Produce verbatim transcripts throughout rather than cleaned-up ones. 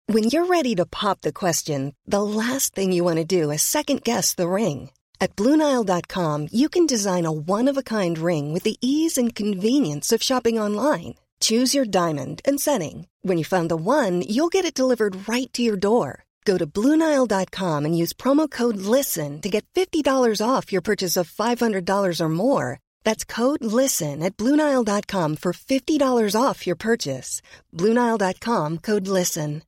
When you're ready to pop the question, the last thing you want to do is second-guess the ring. At Blue Nile dot com, you can design a one-of-a-kind ring with the ease and convenience of shopping online. Choose your diamond and setting. When you find the one, you'll get it delivered right to your door. Go to Blue Nile dot com and use promo code LISTEN to get fifty dollars off your purchase of five hundred dollars or more. That's code LISTEN at Blue Nile dot com for fifty dollars off your purchase. Blue Nile dot com, code LISTEN.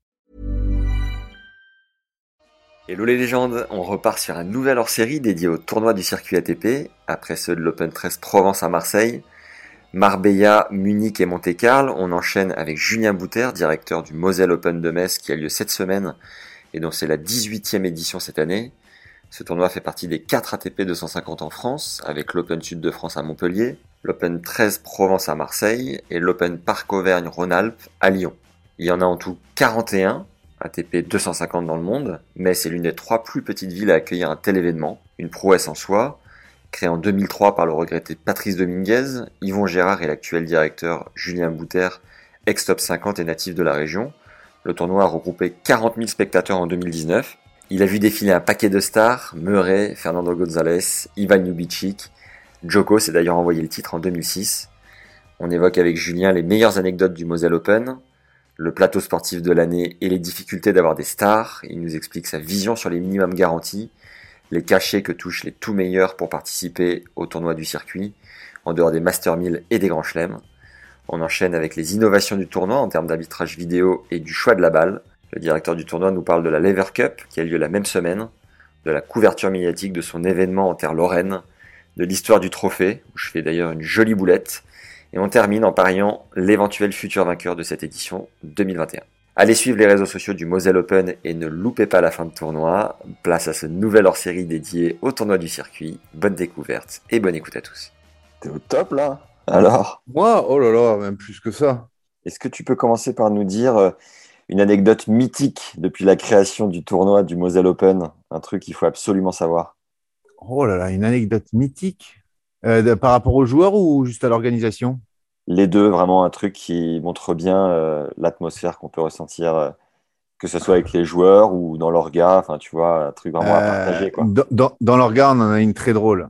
Hello les légendes, on repart sur un nouvel hors-série dédié au tournoi du circuit A T P, après ceux de l'Open treize Provence à Marseille. Marbella, Munich et Monte-Carlo, on enchaîne avec Julien Bouter, directeur du Moselle Open de Metz qui a lieu cette semaine et dont c'est la dix-huitième édition cette année. Ce tournoi fait partie des quatre A T P deux cent cinquante en France, avec l'Open Sud de France à Montpellier, l'Open treize Provence à Marseille et l'Open Parc Auvergne-Rhône-Alpes à Lyon. Il y en a en tout quarante et un A T P deux cent cinquante dans le monde, mais c'est l'une des trois plus petites villes à accueillir un tel événement, une prouesse en soi. Créé en deux mille trois par le regretté Patrice Dominguez, Yvon Gérard et l'actuel directeur Julien Bouter, ex-top cinquante et natif de la région. Le tournoi a regroupé quarante mille spectateurs en deux mille dix-neuf. Il a vu défiler un paquet de stars, Murray, Fernando González, Ivan Ljubicic. Djoko s'est d'ailleurs envoyé le titre en deux mille six. On évoque avec Julien les meilleures anecdotes du Moselle Open, le plateau sportif de l'année et les difficultés d'avoir des stars. Il nous explique sa vision sur les minimums garantis, les cachets que touchent les tout meilleurs pour participer au tournoi du circuit, en dehors des Master mille et des Grands Chelems. On enchaîne avec les innovations du tournoi en termes d'arbitrage vidéo et du choix de la balle. Le directeur du tournoi nous parle de la Lever Cup qui a lieu la même semaine, de la couverture médiatique de son événement en terre lorraine, de l'histoire du trophée, où je fais d'ailleurs une jolie boulette, et on termine en pariant l'éventuel futur vainqueur de cette édition deux mille vingt et un. Allez suivre les réseaux sociaux du Moselle Open et ne loupez pas la fin de tournoi. Place à ce nouvel hors-série dédié au tournoi du circuit. Bonne découverte et bonne écoute à tous. T'es au top là? Alors? Moi? Oh là là, même plus que ça. Est-ce que tu peux commencer par nous dire une anecdote mythique depuis la création du tournoi du Moselle Open? Un truc qu'il faut absolument savoir. Oh là là, une anecdote mythique euh, de, par rapport aux joueurs ou juste à l'organisation? Les deux, vraiment un truc qui montre bien euh, l'atmosphère qu'on peut ressentir, euh, que ce soit avec les joueurs ou dans l'orga, enfin tu vois, un truc vraiment euh, à partager, quoi. Dans, dans, dans l'orga, on en a une très drôle.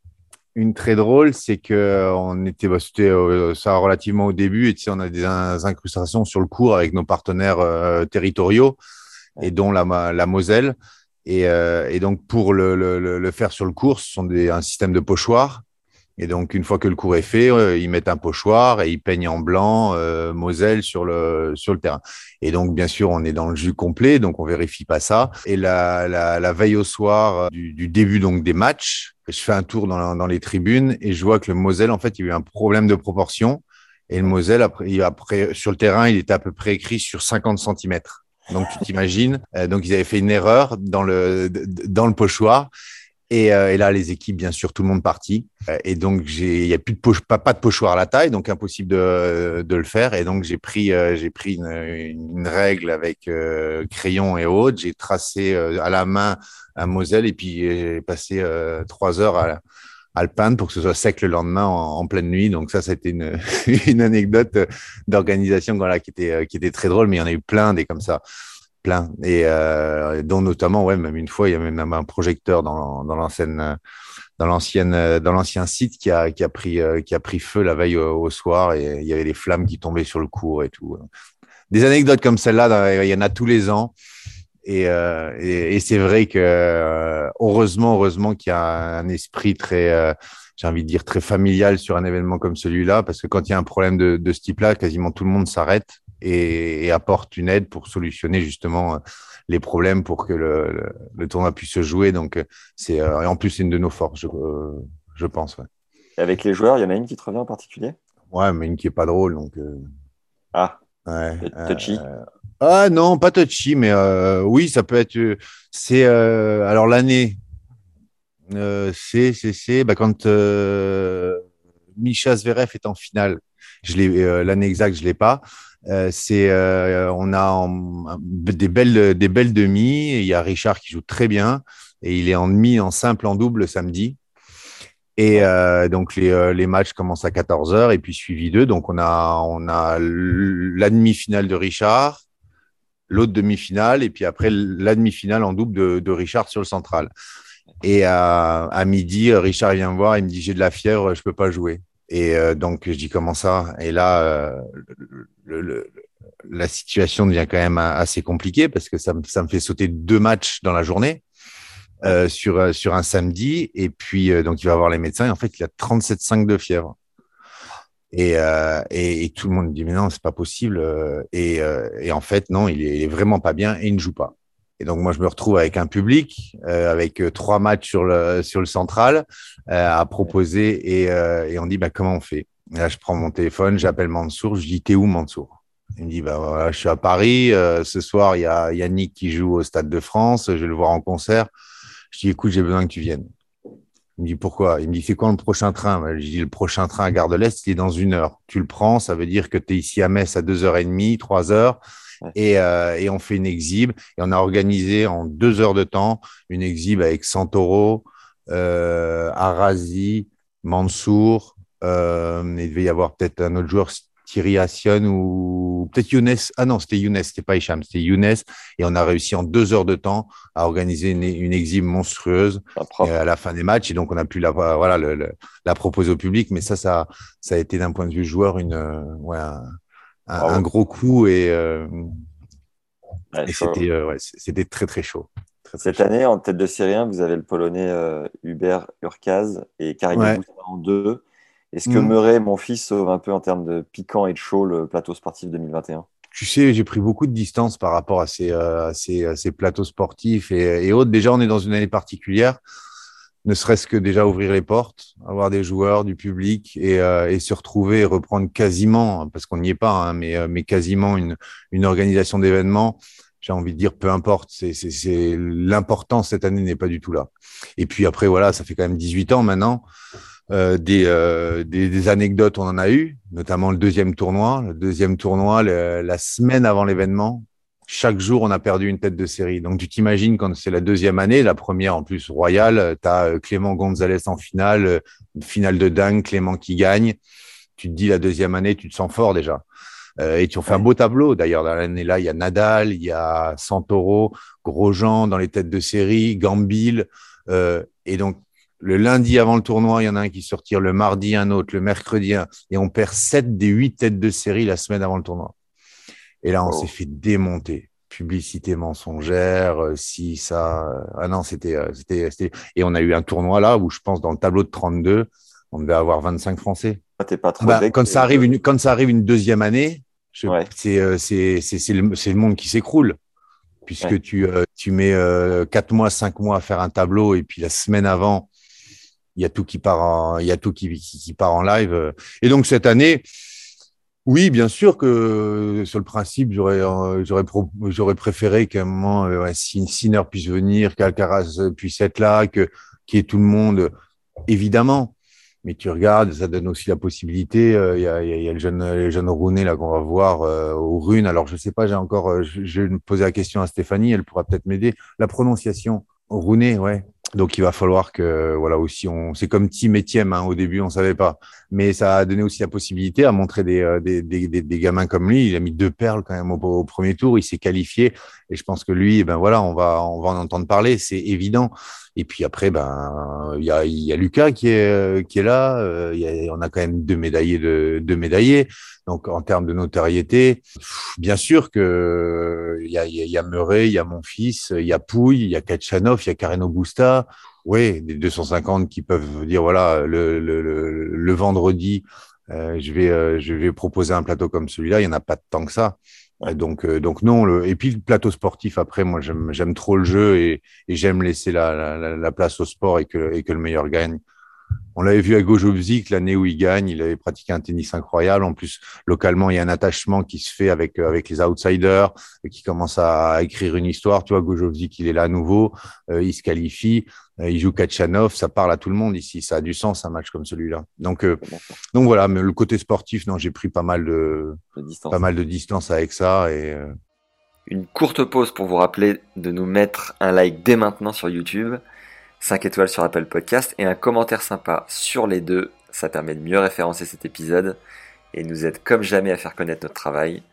Une très drôle, c'est que on était, bah, c'était euh, ça relativement au début, et tu sais, on a des incrustations sur le cours avec nos partenaires euh, territoriaux, et dont la, la Moselle. Et, euh, et donc pour le, le, le faire sur le cours, ce sont des, un système de pochoirs. Et donc, une fois que le cours est fait, euh, ils mettent un pochoir et ils peignent en blanc euh, Moselle sur le, sur le terrain. Et donc, bien sûr, on est dans le jus complet, donc on vérifie pas ça. Et la, la, la veille au soir du, du début donc des matchs, je fais un tour dans, dans les tribunes et je vois que le Moselle, en fait, il y a eu un problème de proportion. Et le Moselle, après, il, après sur le terrain, il était à peu près écrit sur cinquante centimètres. Donc, tu t'imagines. Euh, donc, ils avaient fait une erreur dans le, dans le pochoir. Et, euh, et là, les équipes, bien sûr, tout le monde parti. Euh, et donc, j'ai, il y a plus de poche, pas, pas de pochoir à la taille, donc impossible de, de le faire. Et donc, j'ai pris, euh, j'ai pris une, une règle avec euh, crayon et autres. J'ai tracé euh, à la main un Moselle et puis j'ai passé euh, trois heures à, à le peindre pour que ce soit sec le lendemain en, en pleine nuit. Donc ça, c'était une, une anecdote d'organisation voilà, qui était, qui était très drôle, mais il y en a eu plein des comme ça. Plein et euh, dont notamment ouais même une fois il y a même un projecteur dans dans l'ancienne dans l'ancienne dans l'ancien site qui a qui a pris qui a pris feu la veille au, au soir et il y avait les flammes qui tombaient sur le cours et tout. Des anecdotes comme celle-là, il y en a tous les ans et euh, et, et c'est vrai que heureusement heureusement qu'il y a un esprit très euh, j'ai envie de dire très familial sur un événement comme celui-là parce que quand il y a un problème de de ce type-là, quasiment tout le monde s'arrête et, et apporte une aide pour solutionner justement les problèmes pour que le, le, le tournoi puisse se jouer. Donc, c'est, euh, et en plus, c'est une de nos forces, je, euh, je pense. Ouais. Et avec les joueurs, il y en a une qui te revient en particulier? Ouais, mais une qui n'est pas drôle. Donc, euh... Ah, ouais, touchy euh... Ah non, pas touchy, mais euh, oui, ça peut être. C'est euh, alors l'année, euh, c'est c'est c'est bah, quand euh, Mischa Zverev est en finale. Je l'ai euh, l'année exacte, je l'ai pas. Euh, c'est euh, on a en, des belles des belles demi. Il y a Richard qui joue très bien et il est en demi, en simple, en double samedi. Et euh, donc les euh, les matchs commencent à quatorze heures et puis suivi d'eux. Donc on a on a la demi-finale de Richard, l'autre demi-finale, et puis après la demi-finale en double de, de Richard sur le central. Et à, à midi, Richard vient me voir, il me dit j'ai de la fièvre, je peux pas jouer. Et euh, donc je dis comment ça? Et là, euh, le, le, la situation devient quand même assez compliquée parce que ça me, ça me fait sauter deux matchs dans la journée euh, sur sur un samedi. Et puis euh, donc il va voir les médecins. Et en fait, il a trente-sept virgule cinq de fièvre. Et, euh, et, et tout le monde me dit mais non, c'est pas possible. Et, euh, et en fait non, il est, il est vraiment pas bien et il ne joue pas. Et donc moi je me retrouve avec un public, euh, avec euh, trois matchs sur le sur le central euh, à proposer et, euh, et on dit bah comment on fait. Et là je prends mon téléphone, j'appelle Mansour, je dis t'es où Mansour? Il me dit bah voilà, je suis à Paris. Euh, ce soir il y a Yannick qui joue au Stade de France, je vais le voir en concert. Je dis écoute j'ai besoin que tu viennes. Il me dit pourquoi? Il me dit c'est quand le prochain train? Je dis le prochain train à Gare de l'Est, il est dans une heure. Tu le prends, ça veut dire que tu es ici à Metz à deux heures trente, trois heures. Et, euh, et on fait une exhibe. Et on a organisé en deux heures de temps une exhibe avec Santoro, euh, Arazi, Mansour. Euh, il devait y avoir peut-être un autre joueur, Thierry Assion ou peut-être Younes. Ah non, c'était Younes, c'était pas Hicham, c'était Younes. Et on a réussi en deux heures de temps à organiser une, une exhibe monstrueuse euh, à la fin des matchs. Et donc, on a pu la, voilà, le, le, la proposer au public. Mais ça, ça, ça a été d'un point de vue joueur une, euh, ouais, un, un, un gros coup. Et, euh, ouais, et c'était, euh, ouais, c'était très, très chaud. Très, très Cette chaud. année, en tête de série un, vous avez le Polonais euh, Hubert Urkaz et Karim Ouais. Boussin en deux. Est-ce que Mmh. Murray, mon fils, sauve un peu en termes de piquant et de chaud le plateau sportif deux mille vingt et un? Tu sais, j'ai pris beaucoup de distance par rapport à ces, euh, à ces, à ces plateaux sportifs et, et autres. Déjà, on est dans une année particulière, ne serait-ce que déjà ouvrir les portes, avoir des joueurs, du public et, euh, et se retrouver et reprendre quasiment, parce qu'on n'y est pas, hein, mais, euh, mais quasiment une, une organisation d'événements. J'ai envie de dire, peu importe, c'est, c'est, c'est l'important cette année n'est pas du tout là. Et puis après, voilà, ça fait quand même dix-huit ans maintenant. Euh, des, euh, des, des anecdotes, on en a eu, notamment le deuxième tournoi. Le deuxième tournoi, le, la semaine avant l'événement, chaque jour, on a perdu une tête de série. Donc, tu t'imagines quand c'est la deuxième année, la première en plus royale, tu as Clément Gonzalez en finale, une finale de dingue, Clément qui gagne. Tu te dis la deuxième année, tu te sens fort déjà. Euh, et tu ont fait ouais. un beau tableau. D'ailleurs, dans l'année-là, il y a Nadal, il y a Santoro, Grosjean dans les têtes de série, Gambil. Euh, et donc, le lundi avant le tournoi, il y en a un qui se retire, le mardi, un autre, le mercredi, un, et on perd sept des huit têtes de série la semaine avant le tournoi. Et là, on oh. s'est fait démonter. Publicité mensongère, euh, si, ça. Euh, ah non, c'était, euh, c'était, c'était. Et on a eu un tournoi là où je pense dans le tableau de trente-deux, on devait avoir vingt-cinq Français. Ah, t'es pas trop bah, bec, quand, ça arrive une, quand ça arrive une deuxième année, je, ouais. c'est, euh, c'est, c'est, c'est, le, c'est le monde qui s'écroule. Puisque ouais. tu, euh, tu mets euh, quatre mois, cinq mois à faire un tableau et puis la semaine avant, il y a tout qui part en, il y a tout qui, qui, qui part en live. Et donc, cette année, oui, bien sûr que sur le principe, j'aurais, euh, j'aurais, pro, j'aurais préféré qu'à un moment, euh, ouais, Sinner puisse venir, qu'Alcaraz puisse être là, que, qu'il y ait tout le monde, évidemment. Mais tu regardes, ça donne aussi la possibilité. Il euh, y, a, y a le jeune, le jeune Rooney là qu'on va voir euh, au Rune. Alors, je sais pas, j'ai encore, euh, je, je vais me poser la question à Stéphanie, elle pourra peut-être m'aider. La prononciation, Rooney, ouais. Donc, il va falloir que, voilà, aussi, on, c'est comme Tim et Thiem, hein, au début, on savait pas. Mais ça a donné aussi la possibilité à montrer des, euh, des, des, des, des gamins comme lui. Il a mis deux perles quand même au, au premier tour. Il s'est qualifié. Et je pense que lui, eh ben voilà, on va, on va en entendre parler. C'est évident. Et puis après, ben, il y a, il y a Lucas qui est, qui est là. Euh, il y a, on a quand même deux médaillés de, deux médaillés. Donc, en termes de notoriété, bien sûr que il y a, il y a Murray, il y a mon fils, il y a Pouille, il y a Kachanov, il y a Carreno Busta. Oui, des deux cent cinquante qui peuvent dire voilà, le, le, le, le vendredi, euh, je vais, euh, je vais proposer un plateau comme celui-là. Il y en a pas tant que ça. Donc, euh, donc non. Le... Et puis le plateau sportif. Après, moi, j'aime, j'aime trop le jeu et, et j'aime laisser la, la, la place au sport et que, et que le meilleur gagne. On l'avait vu à Gojowczyk l'année où il gagne. Il avait pratiqué un tennis incroyable. En plus, localement, il y a un attachement qui se fait avec avec les outsiders, qui commence à écrire une histoire. Tu vois, Gojowczyk, il est là à nouveau. Euh, il se qualifie. Euh, il joue Kachanov. Ça parle à tout le monde ici. Ça a du sens un match comme celui-là. Donc, euh, donc voilà. Mais le côté sportif, non, j'ai pris pas mal de, de pas mal de distance avec ça et. Euh... Une courte pause pour vous rappeler de nous mettre un like dès maintenant sur YouTube. cinq étoiles sur Apple Podcast et un commentaire sympa sur les deux. Ça permet de mieux référencer cet épisode et nous aide comme jamais à faire connaître notre travail.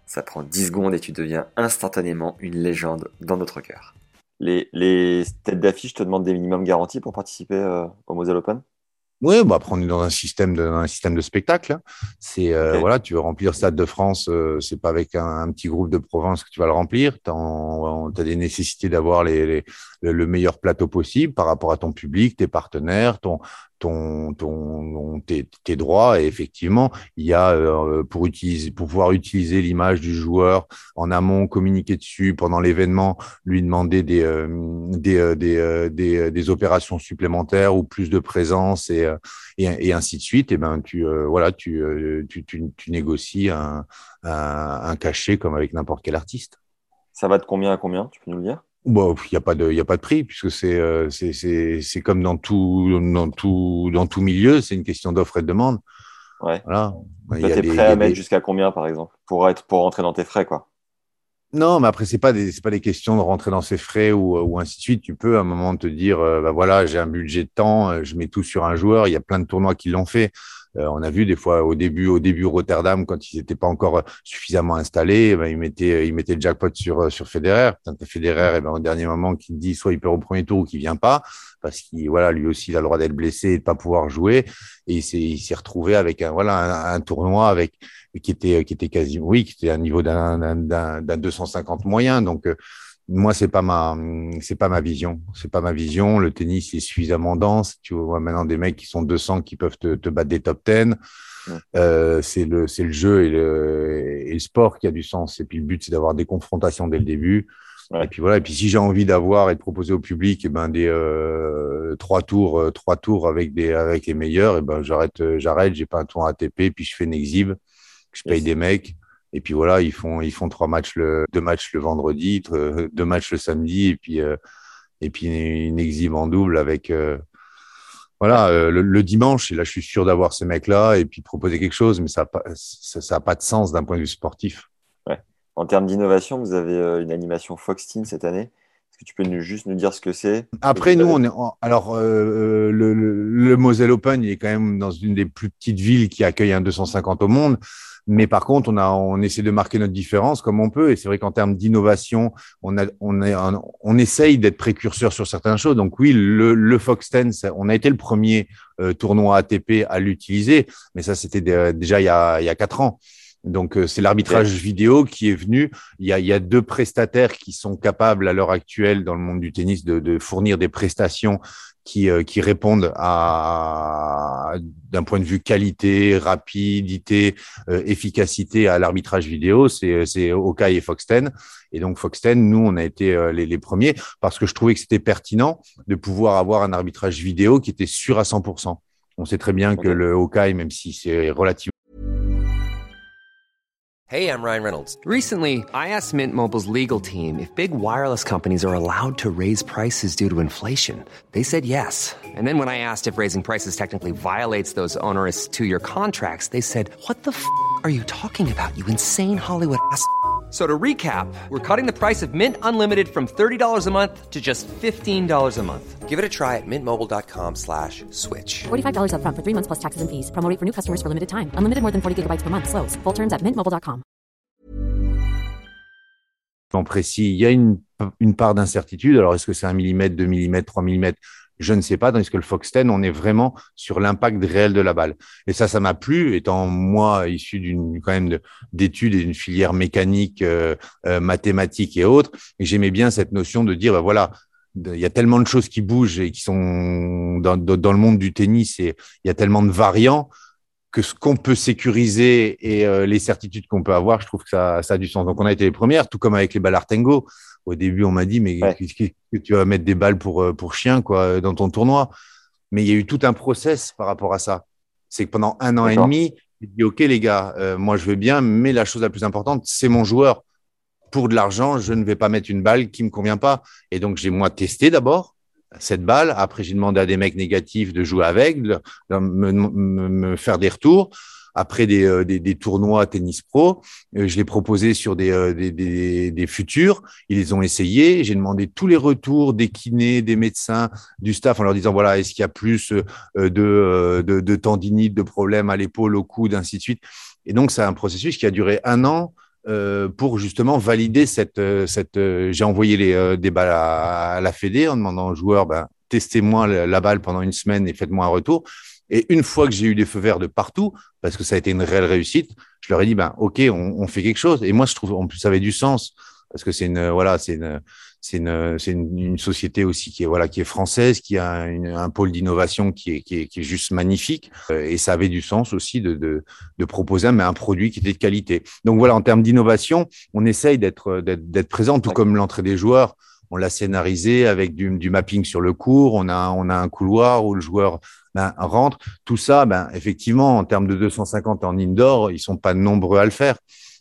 Ça prend dix secondes et tu deviens instantanément une légende dans notre cœur. Les, les têtes d'affiche te demandent des minimums garantis pour participer euh, au Moselle Open? Oui, bah après on est dans un système de, dans un système de spectacle. Hein. C'est euh, Ok. voilà, tu veux remplir Stade de France, euh, c'est pas avec un, un petit groupe de province que tu vas le remplir. Tu as des nécessités d'avoir les, les, le, le meilleur plateau possible par rapport à ton public, tes partenaires, ton ton ton tes, tes droits. Et effectivement, il y a euh, pour utiliser pour pouvoir utiliser l'image du joueur en amont, communiquer dessus pendant l'événement, lui demander des euh, des, euh, des, euh, des euh, des opérations supplémentaires ou plus de présence et euh, et, et ainsi de suite. Et ben tu euh, voilà tu, euh, tu tu tu négocies un, un un cachet comme avec n'importe quel artiste. Ça va de combien à combien? Tu peux nous le dire? Bon, il y a pas de il y a pas de prix puisque c'est euh, c'est c'est c'est comme dans tout dans tout dans tout milieu, c'est une question d'offre et de demande. Ouais. Voilà. Il Toi, y a t'es des prêt il y à a mettre des jusqu'à combien, par exemple, pour être pour rentrer dans tes frais, quoi? Non, mais après, c'est pas des, c'est pas des questions de rentrer dans ses frais ou, ou ainsi de suite. Tu peux à un moment te dire, euh, bah voilà, j'ai un budget de temps, euh, je mets tout sur un joueur. Il y a plein de tournois qui l'ont fait. Euh, on a vu des fois au début, au début Rotterdam, quand ils n'étaient pas encore suffisamment installés, ben, ils mettaient, ils mettaient le jackpot sur sur Federer. Putain, t'as Federer, et ben au dernier moment, qui te dit soit il perd au premier tour ou qu'il vient pas, parce qu'il voilà, lui aussi, il a le droit d'être blessé et de pas pouvoir jouer. Et il s'est, il s'est retrouvé avec un voilà un, un tournoi avec qui était qui était quasi oui qui était à un niveau d'un d'un d'un deux cent cinquante moyen. Donc euh, moi c'est pas ma c'est pas ma vision c'est pas ma vision. Le tennis est suffisamment dense. Tu vois maintenant des mecs qui sont deux cents qui peuvent te, te battre des top dix. Ouais. Euh, c'est le c'est le jeu et le et le sport qui a du sens. Et puis le but c'est d'avoir des confrontations dès le début. Ouais. Et puis voilà. Et puis si j'ai envie d'avoir et de proposer au public, et ben des euh, trois tours, euh, trois tours avec des avec les meilleurs, et ben j'arrête, euh, j'arrête. J'ai pas un tour A T P, puis je fais une exhibe. Je paye Yes. des mecs. Et puis voilà, ils font ils font trois matchs le deux matchs le vendredi, euh, deux matchs le samedi, et puis euh, et puis une exhibe en double avec euh, voilà euh, le, le dimanche. Et là, je suis sûr d'avoir ces mecs-là et puis proposer quelque chose, mais ça a pas ça, ça a pas de sens d'un point de vue sportif. Ouais. En termes d'innovation, vous avez euh, une animation Fox Teen cette année. Est-ce que tu peux nous, juste nous dire ce que c'est? Après, nous, on est en- alors euh, le, le, le Moselle Open, il est quand même dans une des plus petites villes qui accueille un deux cent cinquante au monde. Mais par contre, on a, on essaie de marquer notre différence comme on peut. Et c'est vrai qu'en termes d'innovation, on a, on est, on essaye d'être précurseur sur certaines choses. Donc oui, le, le Fox dix, on a été le premier euh, tournoi A T P à l'utiliser, mais ça c'était de- déjà il y a, il y a quatre ans. Donc euh, c'est l'arbitrage vidéo qui est venu. Il y a, il y a deux prestataires qui sont capables à l'heure actuelle dans le monde du tennis de, de fournir des prestations qui, euh, qui répondent à, d'un point de vue qualité, rapidité, euh, efficacité à l'arbitrage vidéo. C'est, c'est Okai et Fox dix. Et donc Fox dix, nous, on a été euh, les, les premiers parce que je trouvais que c'était pertinent de pouvoir avoir un arbitrage vidéo qui était sûr à cent pour cent. On sait très bien que Ok. le Okai, même si c'est relativement Hey, I'm Ryan Reynolds. Recently, I asked Mint Mobile's legal team if big wireless companies are allowed to raise prices due to inflation. They said yes. And then when I asked if raising prices technically violates those onerous two-year contracts, they said, "What the f*** are you talking about, you insane Hollywood ass?" So to recap, we're cutting the price of Mint Unlimited from thirty dollars a month to just fifteen dollars a month. Give it a try at mintmobile.com slash switch. forty-five dollars up front for three months plus taxes and fees. Promo rate for new customers for limited time. Unlimited more than forty gigabytes per month. Slows full terms at mint mobile dot com. précis. Il y a une, une part d'incertitude. Alors, est-ce que c'est un millimètre, deux millimètres, trois millimètres? Je ne sais pas. Tandis que le Fox dix, on est vraiment sur l'impact réel de la balle. Et ça, ça m'a plu, étant moi issu d'une quand même de, d'études et d'une filière mécanique, euh, euh, mathématique et autres. Et j'aimais bien cette notion de dire, bah voilà, il y a tellement de choses qui bougent et qui sont dans, dans le monde du tennis, et il y a tellement de variants que ce qu'on peut sécuriser et euh, les certitudes qu'on peut avoir, je trouve que ça, ça a du sens. Donc, on a été les premières, tout comme avec les balles Artengo. Au début, on m'a dit, mais Ouais. qu'est-ce que tu vas mettre des balles pour, pour chiens, quoi, dans ton tournoi? Mais il y a eu tout un process par rapport à ça. C'est que pendant un an et D'accord. demi, j'ai dit, OK, les gars, euh, moi, je veux bien, mais la chose la plus importante, c'est mon joueur. Pour de l'argent, je ne vais pas mettre une balle qui me convient pas. Et donc, j'ai moi testé d'abord cette balle. Après, j'ai demandé à des mecs négatifs de jouer avec, de de me, me, me faire des retours. Après des, euh, des, des tournois tennis pro, euh, je l'ai proposé sur des, euh, des, des, des futurs. Ils les ont essayés. J'ai demandé tous les retours des kinés, des médecins, du staff en leur disant, voilà, est-ce qu'il y a plus euh, de, euh, de, de tendinite, de problèmes à l'épaule, au coude, ainsi de suite. Et donc, c'est un processus qui a duré un an euh, pour justement valider cette, cette. Euh, j'ai envoyé les, euh, des balles à, à la Fédé en demandant aux joueurs, ben, testez-moi la, la balle pendant une semaine et faites-moi un retour. Et une fois que j'ai eu des feux verts de partout, parce que ça a été une réelle réussite, je leur ai dit, ben, OK, on, on fait quelque chose. Et moi, je trouve, en plus, ça avait du sens, parce que c'est une, voilà, c'est une, c'est une, c'est une, une société aussi qui est, voilà, qui est française, qui a une, un pôle d'innovation qui est, qui est, qui est juste magnifique. Et ça avait du sens aussi de, de, de proposer un, un produit qui était de qualité. Donc voilà, en termes d'innovation, on essaye d'être, d'être, d'être présent, tout comme l'entrée des joueurs. On l'a scénarisé avec du, du mapping sur le court. On a, on a un couloir où le joueur ben, rentre. Tout ça, ben, effectivement, en termes de deux cent cinquante en indoor, ils sont pas nombreux à le faire.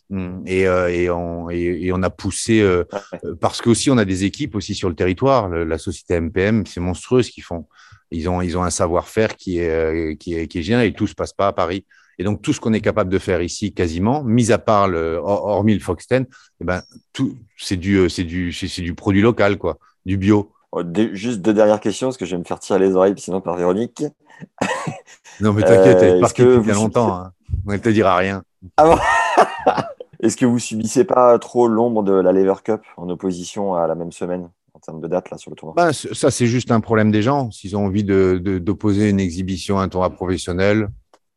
Et, euh, et, on, et, et on a poussé euh, parce qu'aussi on a des équipes aussi sur le territoire. Le, la société M P M, c'est monstrueux ce qu'ils font. Ils ont, ils ont un savoir-faire qui est, euh, qui est, qui est génial et tout se passe pas à Paris. Et donc tout ce qu'on est capable de faire ici, quasiment, mis à part le, hormis le Fox dix, eh ben tout, c'est du, c'est du, c'est, c'est du produit local, quoi, du bio. Juste deux dernières questions, parce que je vais me faire tirer les oreilles, sinon par Véronique. Non mais t'inquiète, elle est euh, partie depuis bien longtemps. Hein. On ne te dira rien. Ah bon. Est-ce que vous subissez pas trop l'ombre de la Lever Cup en opposition à la même semaine en termes de date là sur le tournoi? Ben, ça, c'est juste un problème des gens. S'ils ont envie de, de, d'opposer une exhibition à un tournoi professionnel,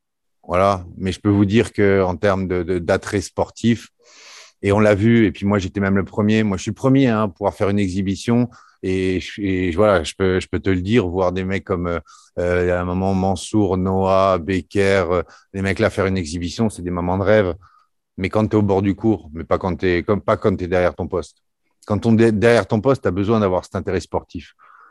voilà. Mais je peux vous dire qu'en termes de, de, d'attrait sportif, et on l'a vu, et puis moi, j'étais même le premier. Moi, je suis le premier hein, à pouvoir faire une exhibition. Et, et voilà, je peux, je peux te le dire, voir des mecs comme euh, à un moment Mansour, Noah, Becker, euh, les mecs là faire une exhibition, c'est des moments de rêve. Mais quand tu es au bord du cours, mais pas quand tu es comme pas quand tu es derrière ton poste. Quand on est derrière ton poste, tu as besoin d'avoir cet intérêt sportif.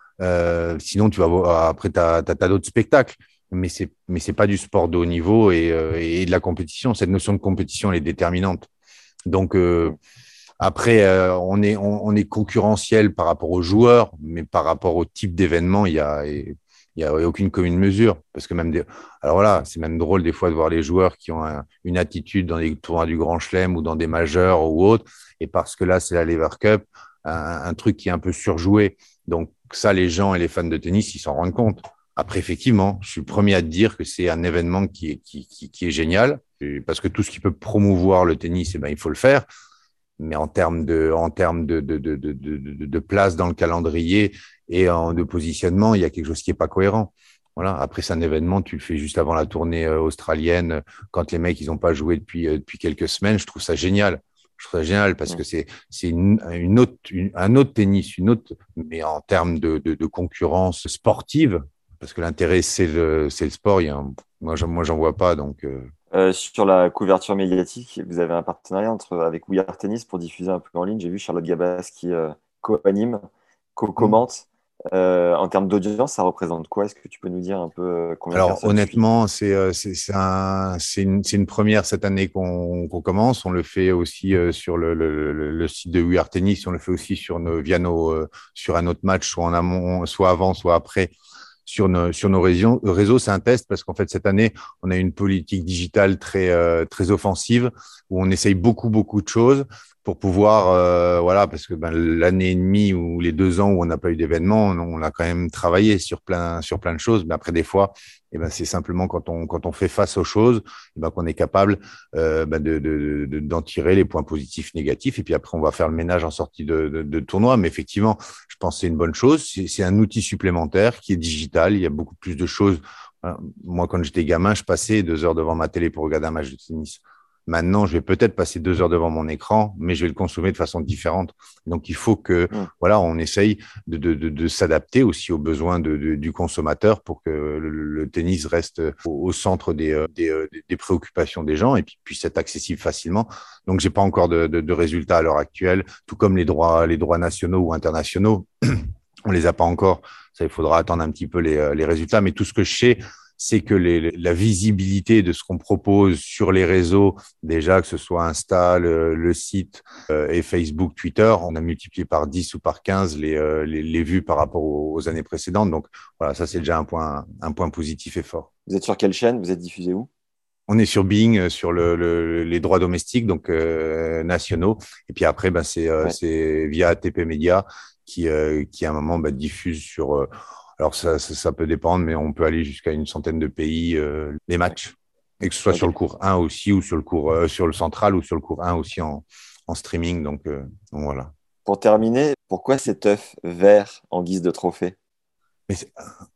Euh, sinon, tu vas voir, après, tu as d'autres spectacles. Mais c'est mais c'est pas du sport de haut niveau et, euh, et de la compétition. Cette notion de compétition, elle est déterminante. Donc, euh, après, euh, on, est, on, on est concurrentiel par rapport aux joueurs, mais par rapport au type d'événement, il y a, il y a aucune commune mesure. Parce que même des... Alors voilà, c'est même drôle des fois de voir les joueurs qui ont un, une attitude dans des tournois du Grand Chelem ou dans des majeurs ou autres. Et parce que là, c'est la Lever Cup, un, un truc qui est un peu surjoué. Donc ça, les gens et les fans de tennis, ils s'en rendent compte. Après, effectivement, je suis le premier à te dire que c'est un événement qui est, qui, qui, qui est génial. Parce que tout ce qui peut promouvoir le tennis, eh ben, il faut le faire. Mais en termes de, en termes de, de, de, de, de, de place dans le calendrier et en, de positionnement, il y a quelque chose qui est pas cohérent. Voilà. Après, c'est un événement, tu le fais juste avant la tournée australienne, quand les mecs, ils ont pas joué depuis, depuis quelques semaines. Je trouve ça génial. Je trouve ça génial parce que c'est, c'est une, une autre, une, un autre tennis, une autre, mais en termes de, de, de concurrence sportive, parce que l'intérêt, c'est le, c'est le sport. Il y a un, moi, j'en, moi, j'en vois pas, donc, euh, Euh, sur la couverture médiatique, vous avez un partenariat entre, avec We Are Tennis pour diffuser un peu en ligne. J'ai vu Charlotte Gabas qui euh, co-anime, co-commente. Euh, en termes d'audience, ça représente quoi? Est-ce que tu peux nous dire un peu euh, combien Alors de personnes honnêtement, c'est euh, c'est c'est un, c'est une, c'est une première cette année qu'on qu'on commence. On le fait aussi euh, sur le, le, le, le site de We Are Tennis. On le fait aussi sur nos via nos euh, sur un autre match, soit en amont, soit avant, soit après. Sur nos, sur nos régions, réseaux, c'est un test parce qu'en fait, cette année, on a une politique digitale très, euh, très offensive où on essaye beaucoup, beaucoup de choses pour pouvoir, euh, voilà, parce que ben, l'année et demie ou les deux ans où on n'a pas eu d'événement, on, on a quand même travaillé sur plein, sur plein de choses. Mais après, des fois, eh ben, c'est simplement quand on, quand on fait face aux choses, eh ben, qu'on est capable euh, ben, de, de, de, d'en tirer les points positifs, négatifs. Et puis après, on va faire le ménage en sortie de, de, de tournoi. Mais effectivement, je pense que c'est une bonne chose. C'est, c'est un outil supplémentaire qui est digital. Il y a beaucoup plus de choses. Moi, quand j'étais gamin, je passais deux heures devant ma télé pour regarder un match de tennis. Maintenant, je vais peut-être passer deux heures devant mon écran, mais je vais le consommer de façon différente. Donc, il faut que, mmh. voilà, on essaye de, de, de, de s'adapter aussi aux besoins de, de, du consommateur pour que le, le tennis reste au, au centre des, des, des préoccupations des gens et puis puisse être accessible facilement. Donc, j'ai pas encore de, de, de résultats à l'heure actuelle, tout comme les droits, les droits nationaux ou internationaux. On les a pas encore. Ça, il faudra attendre un petit peu les, les résultats. Mais tout ce que je sais, c'est que les, la visibilité de ce qu'on propose sur les réseaux, déjà que ce soit Insta, le, le site euh, et Facebook, Twitter, on a multiplié par dix ou par quinze les, euh, les, les vues par rapport aux, aux années précédentes. Donc voilà, ça c'est déjà un point, un point positif et fort. Vous êtes sur quelle chaîne? Vous êtes diffusé où? On est sur Bing, sur le, le, les droits domestiques, donc euh, nationaux. Et puis après, ben, c'est, euh, ouais. c'est via A T P Media qui, euh, qui à un moment ben, diffuse sur... Euh, Alors, ça, ça, ça peut dépendre, mais on peut aller jusqu'à une centaine de pays, euh, les matchs. Et que ce soit Ok. sur le cours un aussi, ou sur le cours euh, sur le central, ou sur le cours un aussi en, en streaming. Donc, euh, donc voilà. Pour terminer, pourquoi cet œuf vert en guise de trophée? Mais c'est-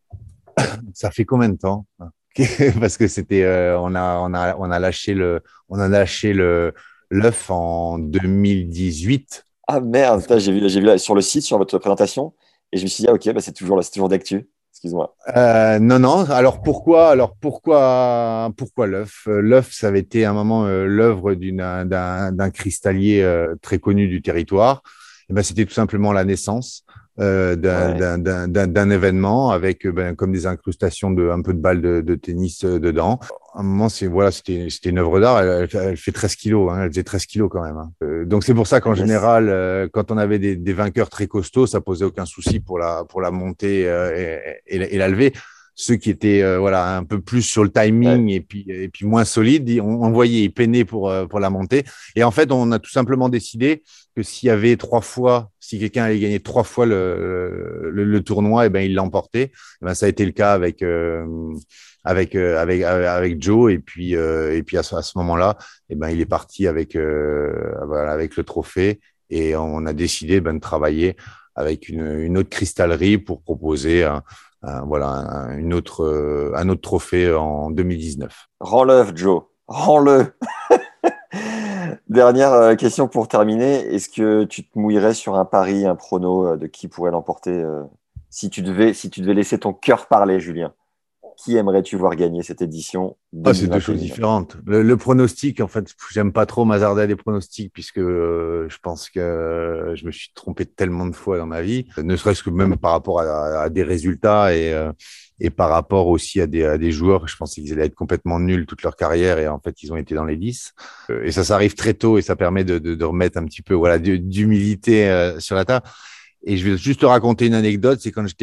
ça fait combien de temps? Parce que c'était, euh, on a, on a, on a lâché le, on a lâché le l'œuf en deux mille dix-huit. Ah merde, Parce que, putain, j'ai vu, j'ai vu là, sur le site, sur votre présentation, et je me suis dit, ah ok, bah, c'est toujours là, c'est toujours d'actu. Excuse-moi. euh, non, non. Alors pourquoi, alors pourquoi, pourquoi l'œuf? Euh, L'œuf, ça avait été à un moment euh, l'œuvre d'une, d'un, d'un cristallier euh, très connu du territoire. Et ben, c'était tout simplement la naissance euh, d'un, Ouais. d'un, d'un, d'un d'un événement avec euh, ben, comme des incrustations de un peu de balles de, de tennis euh, dedans. À un moment, c'est voilà, c'était c'était une œuvre d'art. Elle, elle, elle fait treize kilos, hein, elle faisait treize kilos quand même. Hein. Euh, donc c'est pour ça Ah, qu'en yes. général, euh, quand on avait des, des vainqueurs très costauds, ça posait aucun souci pour la pour la montée euh, et, et, la- et la levée. Ceux qui étaient euh, voilà un peu plus sur le Ouais. timing et puis et puis moins solides, ils- on, on voyait ils peinaient pour euh, pour la montée. Et en fait, on a tout simplement décidé que s'il y avait trois fois, si quelqu'un allait gagner trois fois le, le, le tournoi, et ben il l'emportait. Et ben ça a été le cas avec euh, avec euh, avec avec Joe et puis euh, et puis à ce, à ce moment-là, et ben il est parti avec euh, voilà, avec le trophée et on a décidé ben de travailler avec une, une autre cristallerie pour proposer un, un, voilà un, une autre euh, un autre trophée en deux mille dix-neuf. Rends l'œuf, Joe. Rends-le. Dernière euh, question pour terminer. Est-ce que tu te mouillerais sur un pari, un prono euh, de qui pourrait l'emporter euh, si tu devais, si tu devais laisser ton cœur parler, Julien? Qui aimerais-tu voir gagner cette édition Ah, c'est deux choses deux mille vingt et un? différentes. Le, le pronostic, en fait, j'aime pas trop m'hasarder à des pronostics puisque euh, je pense que je me suis trompé tellement de fois dans ma vie, ne serait-ce que même par rapport à, à des résultats et, euh, et par rapport aussi à des, à des joueurs. Je pensais qu'ils allaient être complètement nuls toute leur carrière et en fait, ils ont été dans les dix. Euh, Et ça, ça arrive très tôt et ça permet de, de, de remettre un petit peu voilà, d'humilité euh, sur la table. Et je vais juste te raconter une anecdote. C'est quand j'étais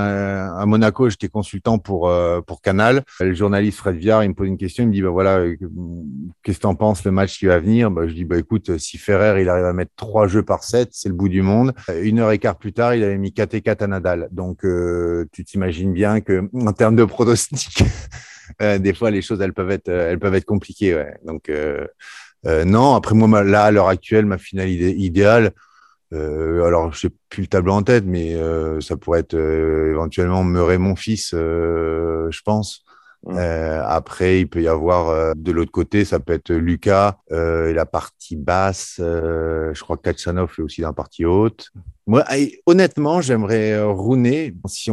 à Monaco, j'étais consultant pour euh, pour Canal. Le journaliste Fred Viard, il me pose une question. Il me dit bah voilà, euh, qu'est-ce que t'en penses le match qui va venir? Bah je dis bah écoute, si Ferrer il arrive à mettre trois jeux par set, c'est le bout du monde. Une heure et quart plus tard, il avait mis quatre et quatre à Nadal. Donc euh, tu t'imagines bien que en termes de pronostic, euh, des fois les choses elles peuvent être elles peuvent être compliquées. Ouais. Donc euh, euh, non. Après moi là à l'heure actuelle, ma finale idé- idéale. Euh, alors, je n'ai plus le tableau en tête, mais euh, ça pourrait être euh, éventuellement Murray, mon fils, euh, je pense. Mm. Euh, après, il peut y avoir euh, de l'autre côté, ça peut être Lucas euh, et la partie basse. Euh, je crois que Kachanov est aussi dans la partie haute. Moi, et, honnêtement, j'aimerais euh, Rooney. Si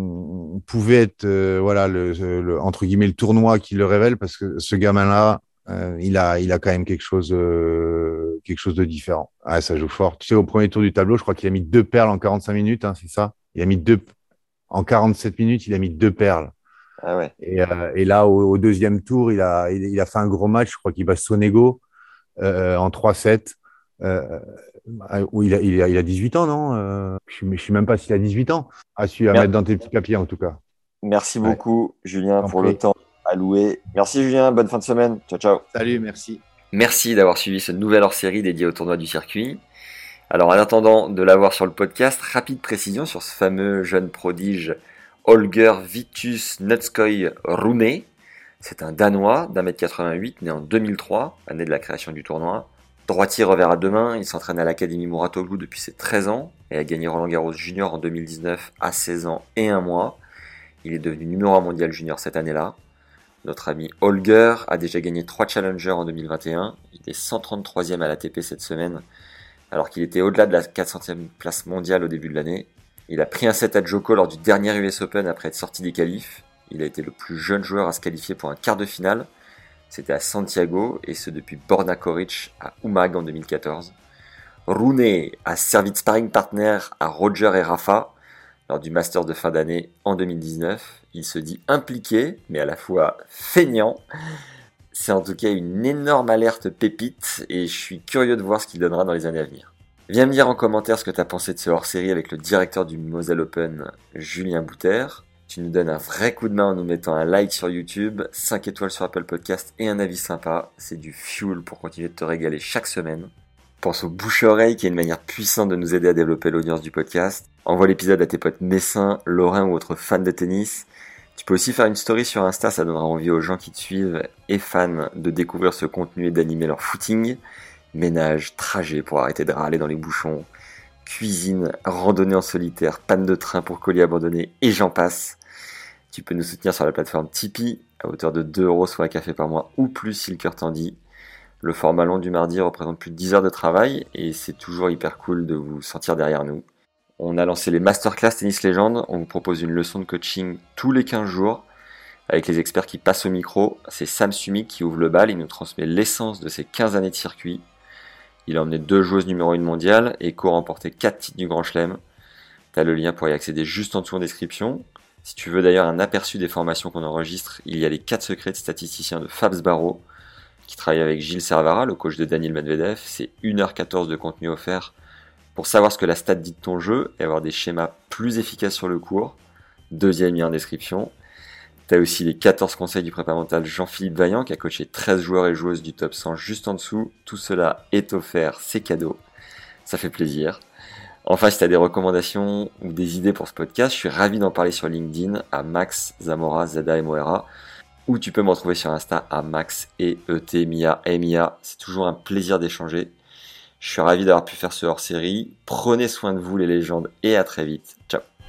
on pouvait être, euh, voilà, le, le, entre guillemets, le tournoi qui le révèle, parce que ce gamin-là, euh, il a, il a quand même quelque chose, euh, quelque chose de différent. Ah, ça joue fort. Tu sais, au premier tour du tableau, je crois qu'il a mis deux perles en quarante-cinq minutes, hein, c'est ça? Il a mis deux, en quarante-sept minutes, il a mis deux perles. Ah ouais. Et, euh, et là, au, au deuxième tour, il a, il, il a fait un gros match. Je crois qu'il bat Sonego euh, en trois sept. Euh, où il a, il, a, il a dix-huit ans, non euh, Je ne sais même pas s'il a dix-huit ans. Ah, celui à Mer- mettre dans tes petits papiers, en tout cas. Merci Ouais, beaucoup, Julien, pour le compris. temps alloué. Merci, Julien. Bonne fin de semaine. Ciao, ciao. Salut, merci. Merci d'avoir suivi ce nouvel hors-série dédié au tournoi du circuit. Alors, en attendant de l'avoir sur le podcast, rapide précision sur ce fameux jeune prodige Holger Vitus Nutskoy Rune. C'est un Danois d'un mètre quatre-vingt-huit, né en deux mille trois, année de la création du tournoi. Droitier revers à deux mains, il s'entraîne à l'Académie Mouratoglou depuis ses treize ans et a gagné Roland Garros Junior en deux mille dix-neuf à seize ans et un mois. Il est devenu numéro un mondial junior cette année-là. Notre ami Holger a déjà gagné trois Challengers en deux mille vingt et un. Il est cent trente-troisième à l'A T P cette semaine, alors qu'il était au-delà de la quatre centième place mondiale au début de l'année. Il a pris un set à Djoko lors du dernier U S Open après être sorti des qualifs. Il a été le plus jeune joueur à se qualifier pour un quart de finale. C'était à Santiago, et ce depuis Borna Koric à Umag en deux mille quatorze. Rune a servi de sparring partner à Roger et Rafa lors du Masters de fin d'année en deux mille dix-neuf. Il se dit impliqué, mais à la fois feignant. C'est en tout cas une énorme alerte pépite, et je suis curieux de voir ce qu'il donnera dans les années à venir. Viens me dire en commentaire ce que tu as pensé de ce hors-série avec le directeur du Moselle Open, Julien Bouter. Tu nous donnes un vrai coup de main en nous mettant un like sur YouTube, cinq étoiles sur Apple Podcast et un avis sympa. C'est du fuel pour continuer de te régaler chaque semaine. Pense au bouche-oreille qui est une manière puissante de nous aider à développer l'audience du podcast. Envoie l'épisode à tes potes messins, lorrains ou autres fans de tennis. Tu peux aussi faire une story sur Insta, ça donnera envie aux gens qui te suivent et fans de découvrir ce contenu et d'animer leur footing. Ménage, trajet pour arrêter de râler dans les bouchons, cuisine, randonnée en solitaire, panne de train pour colis abandonnés et j'en passe. Tu peux nous soutenir sur la plateforme Tipeee à hauteur de deux euros, soit un café par mois ou plus si le cœur t'en dit. Le format long du mardi représente plus de dix heures de travail et c'est toujours hyper cool de vous sentir derrière nous. On a lancé les Masterclass Tennis Légende, on vous propose une leçon de coaching tous les quinze jours avec les experts qui passent au micro. C'est Sam Sumik qui ouvre le bal, il nous transmet l'essence de ses quinze années de circuit. Il a emmené deux joueuses numéro un mondiale et co-remporté quatre titres du Grand Chelem. Tu as le lien pour y accéder juste en dessous en description. Si tu veux d'ailleurs un aperçu des formations qu'on enregistre, il y a les quatre secrets de statisticien de Fabs Barreau, qui travaille avec Gilles Servara, le coach de Daniil Medvedev. C'est une heure quatorze de contenu offert pour savoir ce que la stat dit de ton jeu et avoir des schémas plus efficaces sur le court. Deuxième lien en description. Tu as aussi les quatorze conseils du prépa mental Jean-Philippe Vaillant qui a coaché treize joueurs et joueuses du top cent juste en dessous. Tout cela est offert, c'est cadeau. Ça fait plaisir. Enfin, si tu as des recommandations ou des idées pour ce podcast, je suis ravi d'en parler sur LinkedIn à Max Zamora Zada M O R A ou tu peux me retrouver sur Insta à Max E E T M I A M I A. C'est toujours un plaisir d'échanger. Je suis ravi d'avoir pu faire ce hors-série. Prenez soin de vous les légendes et à très vite. Ciao.